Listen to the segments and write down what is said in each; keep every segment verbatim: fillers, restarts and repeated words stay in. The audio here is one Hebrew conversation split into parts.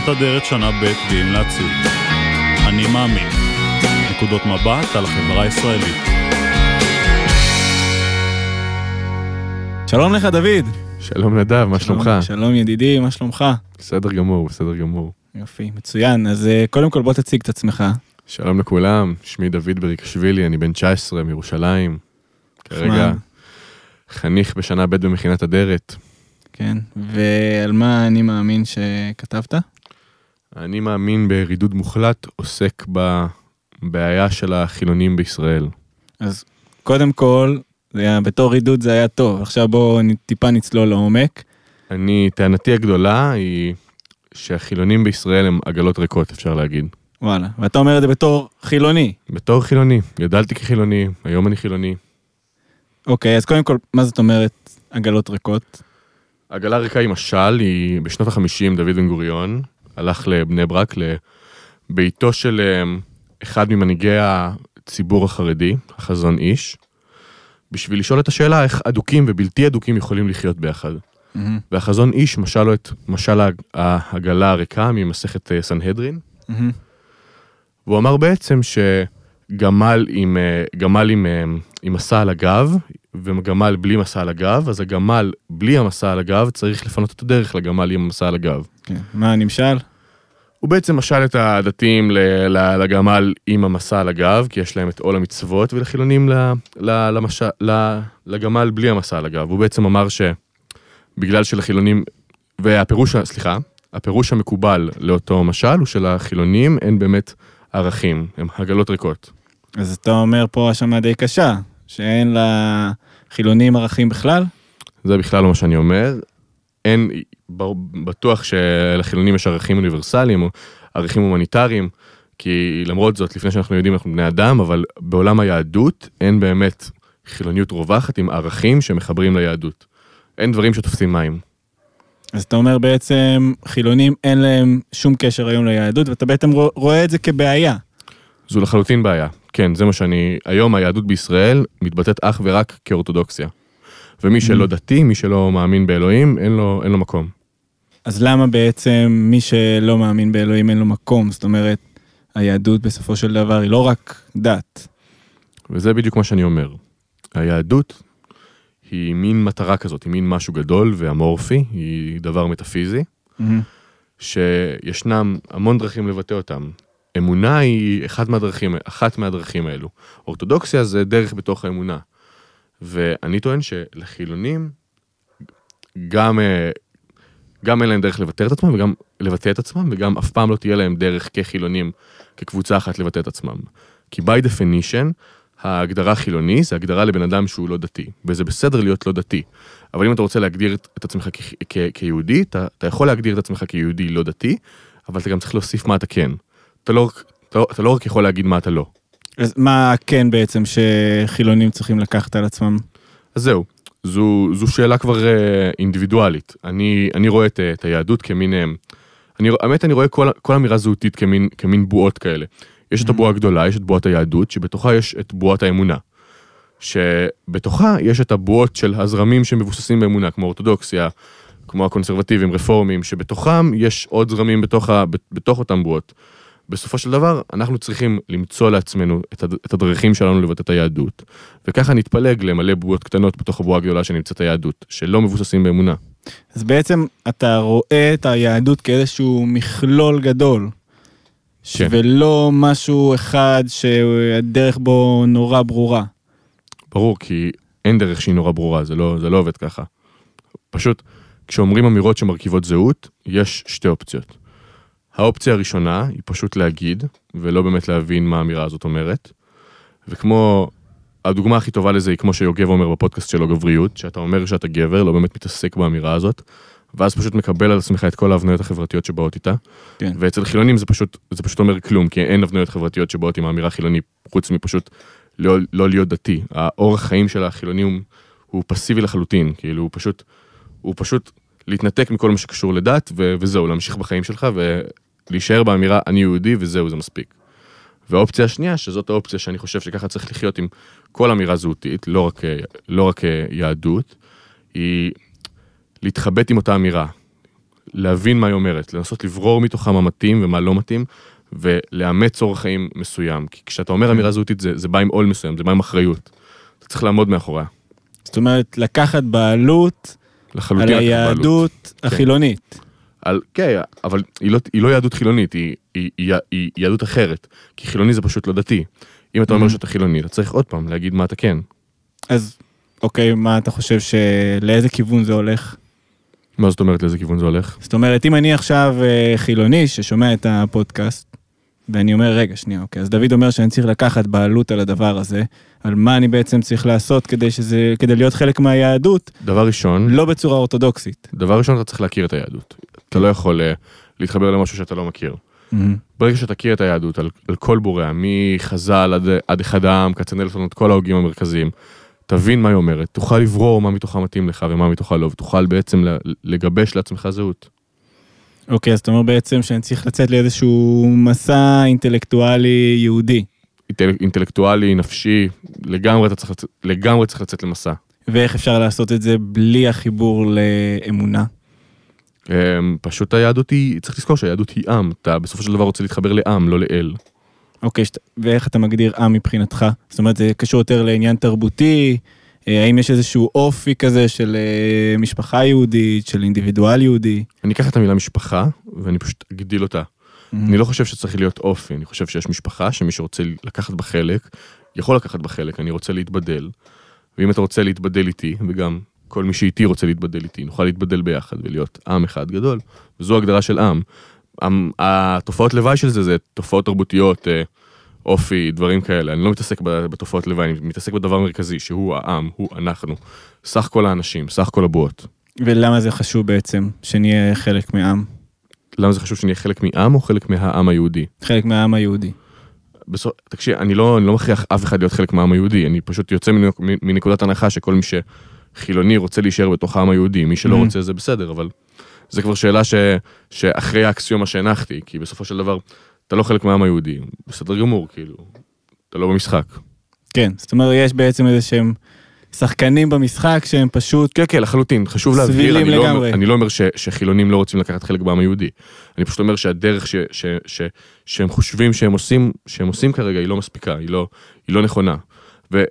מבחינת הדרך שנה ב' והמלצות. אני מאמין. נקודות מבט על החברה הישראלית. שלום לך דוד. שלום נדב, מה שלומך? שלום ידידי, מה שלומך? בסדר גמור, בסדר גמור. יופי, מצוין. אז קודם כל בוא תציג את עצמך. שלום לכולם, שמי דוד בריקשווילי, אני בן תשע עשרה מירושלים. כרגע חניך בשנה ב' במכינת אדרת. כן, ועל מה אני מאמין שכתבת? אני מאמין ברידוד מוחלט, עוסק בבעיה של החילונים בישראל. אז קודם כל, זה היה, בתור רידוד זה היה טוב, עכשיו בואו טיפה נצלול לעומק. אני, טענתי הגדולה היא שהחילונים בישראל הם עגלות ריקות, אפשר להגיד. וואלה, ואתה אומר את זה בתור חילוני. בתור חילוני, גדלתי כחילוני, היום אני חילוני. אוקיי, אז קודם כל, מה זאת אומרת עגלות ריקות? עגלה ריקה היא משל, היא בשנות החמישים, דוד בן גוריון, הלך לבני ברק, לביתו של אחד ממנהיגי הציבור החרדי, החזון איש, בשביל לשאול את השאלה איך אדוקים ובלתי אדוקים יכולים לחיות ביחד. Mm-hmm. והחזון איש משל לו את משל העגלה הריקה ממסכת סנהדרין, mm-hmm. והוא אמר בעצם שגמל עם, גמל עם, עם מסע על הגב, וגמל בלי מסע על הגב, אז הגמל בלי המסע על הגב צריך לפנות את הדרך לגמל עם המסע על הגב. כן. מה נמשל? הוא בעצם משל את הדתיים לגמל עם המסע על הגב, כי יש להם את עול המצוות, ולחילונים לגמל בלי המסע על הגב. הוא בעצם אמר שבגלל שלחילונים, והפירוש, סליחה, הפירוש המקובל לאותו משל הוא שלחילונים אין באמת ערכים, הם עגלות ריקות. אז אתה אומר פה השמה די קשה, שאין לחילונים ערכים בכלל? זה בכלל לא מה שאני אומר. אין, בטוח שלחילונים יש ערכים אוניברסליים, או ערכים הומניטריים, כי למרות זאת, לפני שאנחנו יודעים, אנחנו בני אדם, אבל בעולם היהדות אין באמת חילוניות רווחת עם ערכים שמחברים ליהדות. אין דברים שתופסים מים. אז אתה אומר בעצם, חילונים אין להם שום קשר היום ליהדות, ואתה בעצם רואה את זה כבעיה. זו לחלוטין בעיה. כן, זה מה שאני, היום היהדות בישראל מתבטאת אך ורק כאורתודוקסיה. ומי שלא דתי, מי שלא מאמין באלוהים, אין לו, אין לו מקום. אז למה בעצם מי שלא מאמין באלוהים אין לו מקום? זאת אומרת, היהדות בסופו של דבר היא לא רק דת. וזה בדיוק מה שאני אומר. היהדות היא מין מטרה כזאת, היא מין משהו גדול ואמורפי, היא דבר מטאפיזי, mm-hmm. שישנם המון דרכים לבטא אותם. אמונה היא אחת מהדרכים, אחת מהדרכים האלו. אורתודוקסיה זה דרך בתוך האמונה. ואני טוען שלחילונים גם, גם אין להם דרך לבטא את עצמם, וגם לבטא את עצמם, וגם אף פעם לא תהיה להם דרך כחילונים, כקבוצה אחת לבטא את עצמם. כי by definition, ההגדרה חילוני זה הגדרה לבן אדם שהוא לא דתי, וזה בסדר להיות לא דתי. אבל אם אתה רוצה להגדיר את עצמך כ- כ- כיהודי, אתה, אתה יכול להגדיר את עצמך כיהודי לא דתי, אבל אתה גם צריך להוסיף מה אתה כן. אתה לא, אתה לא, אתה לא רק יכול להגיד מה אתה לא. אז מה כן בעצם שחילונים צריכים לקחת על עצמם? אז זהו, זו, זו שאלה כבר אינדיבידואלית. אני, אני רואה את, את היהדות כמין, אני, האמת אני רואה כל, כל אמירה זהותית כמין, כמין בועות כאלה. יש את הבועה הגדולה, יש את בועת היהדות, שבתוכה יש את בועת האמונה. שבתוכה יש את הבועות של הזרמים שמבוססים באמונה, כמו אורתודוקסיה, כמו הקונסרבטיבים, רפורמים, שבתוכם יש עוד זרמים בתוך, בתוך אותם בועות. בסופו של דבר, אנחנו צריכים למצוא לעצמנו את הדרכים שלנו לבטא את היהדות, וככה נתפלג למלא בועות קטנות בתוך הבועה הגדולה שנמצאת היהדות, שלא מבוססים באמונה. אז בעצם אתה רואה את היהדות כאיזשהו מכלול גדול, כן. ולא משהו אחד שהדרך בו נורא ברורה. ברור, כי אין דרך שהיא נורא ברורה, זה לא, זה לא עובד ככה. פשוט, כשאומרים אמירות שמרכיבות זהות, יש שתי אופציות. האופציה הראשונה היא פשוט להגיד, ולא באמת להבין מה האמירה הזאת אומרת. וכמו, הדוגמה הכי טובה לזה היא כמו שיוגב אומר בפודקאסט שלו גבריות, שאתה אומר שאתה גבר, לא באמת מתעסק באמירה הזאת, ואז פשוט מקבל על עצמך את כל ההבניות החברתיות שבאות איתה. כן. ואצל חילונים זה פשוט, זה פשוט אומר כלום, כי אין הבניות חברתיות שבאות עם האמירה חילוני, חוץ מפשוט לא, לא להיות דתי. האורח חיים של החילוני הוא, הוא פסיבי לחלוטין, כאילו הוא פשוט, הוא פשוט להתנתק מכל מה שקשור לדת, ו- וזהו, להמשיך בחיים שלך, ולהישאר באמירה, אני יהודי, וזהו, זה מספיק. והאופציה השנייה, שזאת האופציה שאני חושב שככה צריך לחיות עם כל אמירה זהותית, לא רק, לא רק יהדות, היא להתחבט עם אותה אמירה. להבין מה היא אומרת, לנסות לברור מתוכה מה מתאים ומה לא מתאים, ולאמץ אורח חיים מסוים. כי כשאתה אומר אמירה זהותית, זה, זה בא עם עול מסוים, זה בא עם אחריות. אתה צריך לעמוד מאחוריה. זאת אומרת, לקחת בעלות על היהדות החילונית. על, כן, אבל היא לא, היא לא יהדות חילונית, היא, היא, היא, היא יהדות אחרת. כי חילוני זה פשוט לא דתי. אם אתה אומר שאתה חילוני, אתה צריך עוד פעם להגיד מה אתה כן. אז, אוקיי, מה אתה חושב שלאיזה כיוון זה הולך? מה זאת אומרת לאיזה כיוון זה הולך? זאת אומרת, אם אני עכשיו חילוני ששומע את הפודקאסט, ואני אומר, רגע, שנייה, אוקיי, אז דוד אומר שאני צריך לקחת בעלות על הדבר הזה, על מה אני בעצם צריך לעשות כדי שזה, כדי להיות חלק מהיהדות. דבר ראשון. לא בצורה אורתודוקסית. דבר ראשון, אתה צריך להכיר את היהדות. אתה לא יכול להתחבר למשהו שאתה לא מכיר. ברגע שאתה תכיר את היהדות על, על כל בוריה, מחז"ל עד, עד אחד העם, כצנלסון, את כל ההוגים המרכזיים, תבין מה היא אומרת, תוכל לברור מה מתוכה מתאים לך ומה מתוכה לא, ותוכל בעצם לגבש לעצמך זהות. אוקיי, אז אתה אומר בעצם שאני צריך לצאת לאיזשהו מסע אינטלקטואלי יהודי. אינטלקטואלי, נפשי, לגמרי אתה צריך, לגמרי צריך לצאת למסע. ואיך אפשר לעשות את זה בלי החיבור לאמונה? פשוט היהדות היא, צריך לזכור שהיהדות היא עם, אתה בסופו של דבר רוצה להתחבר לעם, לא לאל. אוקיי, ואיך אתה מגדיר עם מבחינתך? זאת אומרת, זה קשור יותר לעניין תרבותי, האם יש איזשהו אופי כזה של משפחה יהודית, של אינדיבידואל יהודי? אני אקח את המילה משפחה, ואני פשוט אגדיל אותה. אני לא חושב שצריך להיות אופי, אני חושב שיש משפחה, שמי שרוצה לקחת בחלק, יכול לקחת בחלק, אני רוצה להתבדל, ואם אתה רוצה להתבדל איתי, וגם כל מי שאיתי רוצה להתבדל איתי, נוכל להתבדל ביחד ולהיות עם אחד גדול, וזו הגדרה של עם. התופעות לוואי של זה, זה תופעות תרבותיות, אופי, דברים כאלה. אני לא מתעסק בתופעות לוואי, אני מתעסק בדבר מרכזי, שהוא העם, הוא אנחנו, סך כל האנשים, סך כל הבועות. ולמה זה חשוב בעצם, שנהיה חלק מעם? למה זה חשוב שנהיה חלק מעם, או חלק מהעם היהודי? חלק מהעם היהודי. בסוף, תקשיב, אני לא, אני לא מכריח אף אחד להיות חלק מהעם היהודי, אני פשוט יוצא מנקודת הנחה שכל מי שחילוני רוצה להישאר בתוך העם היהודי, מי שלא רוצה זה בסדר, אבל זה כבר שאלה ש, שאחרי האקסיומה שהנחתי, כי בסופו של דבר, אתה לא חלק מהעם היהודי, בסדר גמור, כאילו, אתה לא במשחק. כן, זאת אומרת, יש בעצם איזה שהם שחקנים במשחק שהם פשוט כן, כן, לחלוטין, חשוב להבהיר, אני לא אומר, אני לא אומר ש, שחילונים לא רוצים לקחת חלק בעם היהודי, אני פשוט אומר שהדרך ש, ש, ש, שהם חושבים שהם עושים, שהם עושים כרגע, היא לא מספיקה, היא לא, היא לא נכונה, וזו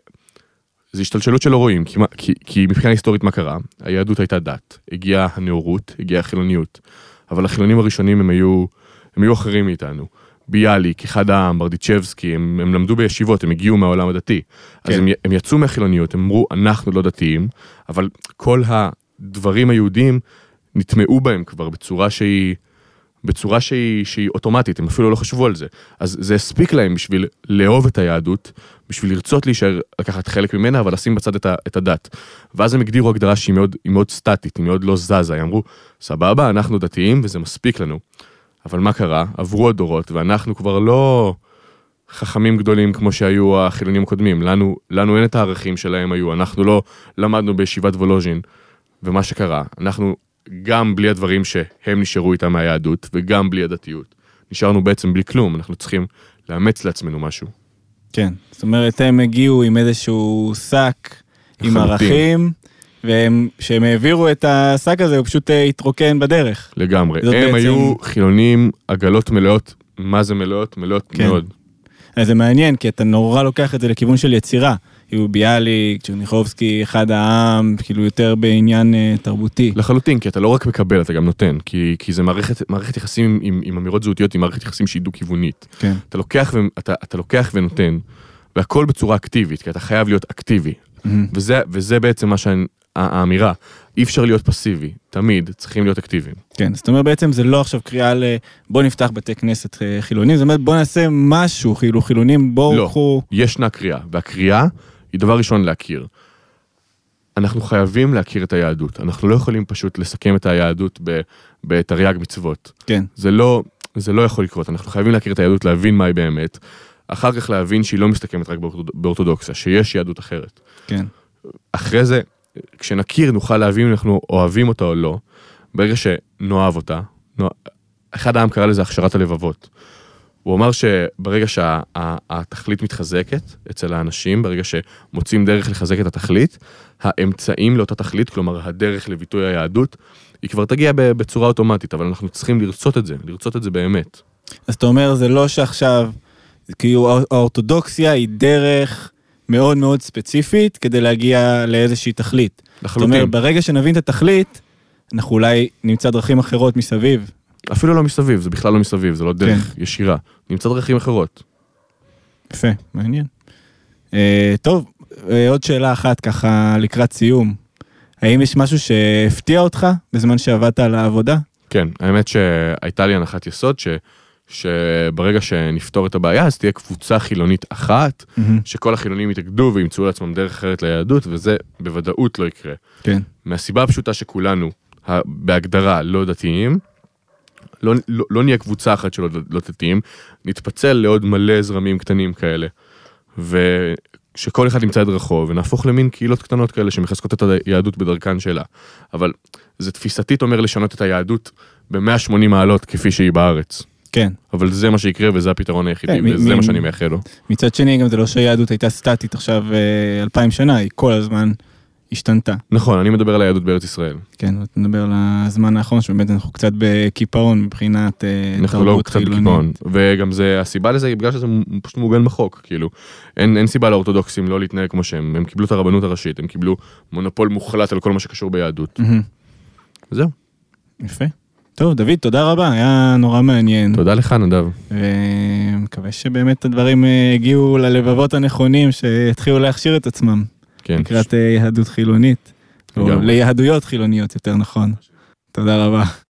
השתלשלות שלא רואים, כי, כי, כי מבחינה היסטורית מה קרה? היהדות הייתה דת, הגיעה הנאורות, הגיעה החילוניות, אבל החילונים הראשונים הם היו, הם היו אחרים מאיתנו. ביאליק, אחד העם, ברדיצ'בסקי, הם, הם למדו בישיבות, הם הגיעו מהעולם הדתי. כן. אז הם, הם יצאו מהחילוניות, הם אמרו, אנחנו לא דתיים, אבל כל הדברים היהודיים נטמעו בהם כבר בצורה שהיא, בצורה שהיא, שהיא אוטומטית, הם אפילו לא חשבו על זה. אז זה הספיק להם בשביל לאהוב את היהדות, בשביל לרצות להישאר, לקחת חלק ממנה, אבל לשים בצד את, ה, את הדת. ואז הם הגדירו הגדרה שהיא מאוד, מאוד סטטית, היא מאוד לא זזה, הם אמרו, סבבה, אנחנו דתיים וזה מספיק לנו. אבל מה קרה? עברו הדורות, ואנחנו כבר לא חכמים גדולים כמו שהיו החילונים הקודמים. לנו, לנו אין את הערכים שלהם היו, אנחנו לא למדנו בישיבת וולוז'ין, ומה שקרה, אנחנו גם בלי הדברים שהם נשארו איתם מהיהדות, וגם בלי הדתיות. נשארנו בעצם בלי כלום, אנחנו צריכים לאמץ לעצמנו משהו. כן, זאת אומרת, הם הגיעו עם איזשהו שק, עם ערכים, ושהם העבירו את השק הזה, הוא פשוט התרוקן בדרך. לגמרי. הם בעצם היו חילונים, עגלות מלאות, מה זה מלאות? מלאות כן. מאוד. אז זה מעניין, כי אתה נורא לוקח את זה לכיוון של יצירה. היו ביאליק, צ'רניחובסקי, אחד העם, כאילו יותר בעניין uh, תרבותי. לחלוטין, כי אתה לא רק מקבל, אתה גם נותן, כי, כי זה מערכת, מערכת יחסים עם, עם אמירות זהותיות, עם מערכת יחסים שהיא דו-כיוונית. כן. אתה לוקח, ו, אתה, אתה לוקח ונותן, והכל בצורה אקטיבית, כי אתה חייב להיות אקטיבי. Mm-hmm. וזה, וזה בעצם מה שאני, האמירה, אי אפשר להיות פסיבי, תמיד צריכים להיות אקטיביים. כן, זאת אומרת בעצם זה לא עכשיו קריאה ל... בוא נפתח בתי כנסת חילונים, זאת אומרת בוא נעשה משהו, כאילו חילונים, בואו לא, קחו... ישנה קריאה, והקריאה היא דבר ראשון להכיר. אנחנו חייבים להכיר את היהדות, אנחנו לא יכולים פשוט לסכם את היהדות בתרי"ג מצוות. כן. זה לא, זה לא יכול לקרות, אנחנו חייבים להכיר את היהדות, להבין מה היא באמת, אחר כך להבין שהיא לא מסתכמת רק באורתודוקסיה, שיש יהדות אחרת. כן. אחרי זה, כשנכיר נוכל להבין אם אנחנו אוהבים אותה או לא, ברגע שנאהב אותה, אחד העם קרא לזה הכשרת הלבבות. הוא אמר שברגע שהתכלית מתחזקת אצל האנשים, ברגע שמוצאים דרך לחזק את התכלית, האמצעים לאותה תכלית, כלומר הדרך לביטוי היהדות, היא כבר תגיע בצורה אוטומטית, אבל אנחנו צריכים לרצות את זה, לרצות את זה באמת. אז אתה אומר, זה לא שעכשיו, כאילו האורתודוקסיה היא דרך מאוד מאוד ספציפית, כדי להגיע לאיזושהי תכלית. לחלוטין. זאת אומרת, ברגע שנבין את התכלית, אנחנו אולי נמצא דרכים אחרות מסביב. אפילו לא מסביב, זה בכלל לא מסביב, זה לא דרך כן. ישירה. נמצא דרכים אחרות. יפה, מעניין. אה, טוב, אה, עוד שאלה אחת ככה לקראת סיום. האם יש משהו שהפתיע אותך בזמן שעבדת על העבודה? כן, האמת שהייתה לי הנחת יסוד ש... שברגע שנפתור את הבעיה, אז תהיה קבוצה חילונית אחת, mm-hmm. שכל החילונים יתאגדו וימצאו לעצמם דרך אחרת ליהדות, וזה בוודאות לא יקרה. כן. מהסיבה הפשוטה שכולנו, בהגדרה לא דתיים, לא, לא, לא נהיה קבוצה אחת שלא לא דתיים, נתפצל לעוד מלא זרמים קטנים כאלה, ושכל אחד נמצא את דרכו, ונהפוך למין קהילות קטנות כאלה שמחזקות את היהדות בדרכן שלה. אבל זה תפיסתית אומר לשנות את היהדות ב-מאה ושמונים מעלות כפי שהיא בארץ. כן. אבל זה מה שיקרה וזה הפתרון היחידי, כן, וזה מ- מה שאני מייחל לו. מצד שני, גם זה לא שהיהדות הייתה סטטית עכשיו אלפיים שנה, היא כל הזמן השתנתה. נכון, אני מדבר על היהדות בארץ ישראל. כן, אתה מדבר על הזמן האחרון, שבאמת אנחנו קצת בקיפאון מבחינת אנחנו לא תרבות קצת חילונית. בקיפאון, וגם זה, הסיבה לזה היא בגלל שזה פשוט מעוגן בחוק, כאילו, אין, אין סיבה לאורתודוקסים לא להתנהג כמו שהם, הם קיבלו את הרבנות הראשית, הם קיבלו מונופול מוחלט על כל מה שקשור ביהדות. וזהו. יפה. טוב, דוד, תודה רבה, היה נורא מעניין. תודה לך, נדב. ומקווה שבאמת הדברים הגיעו ללבבות הנכונים, שיתחילו להכשיר את עצמם. כן. לקראת יהדות חילונית, או ליהדויות חילוניות יותר נכון. תודה רבה.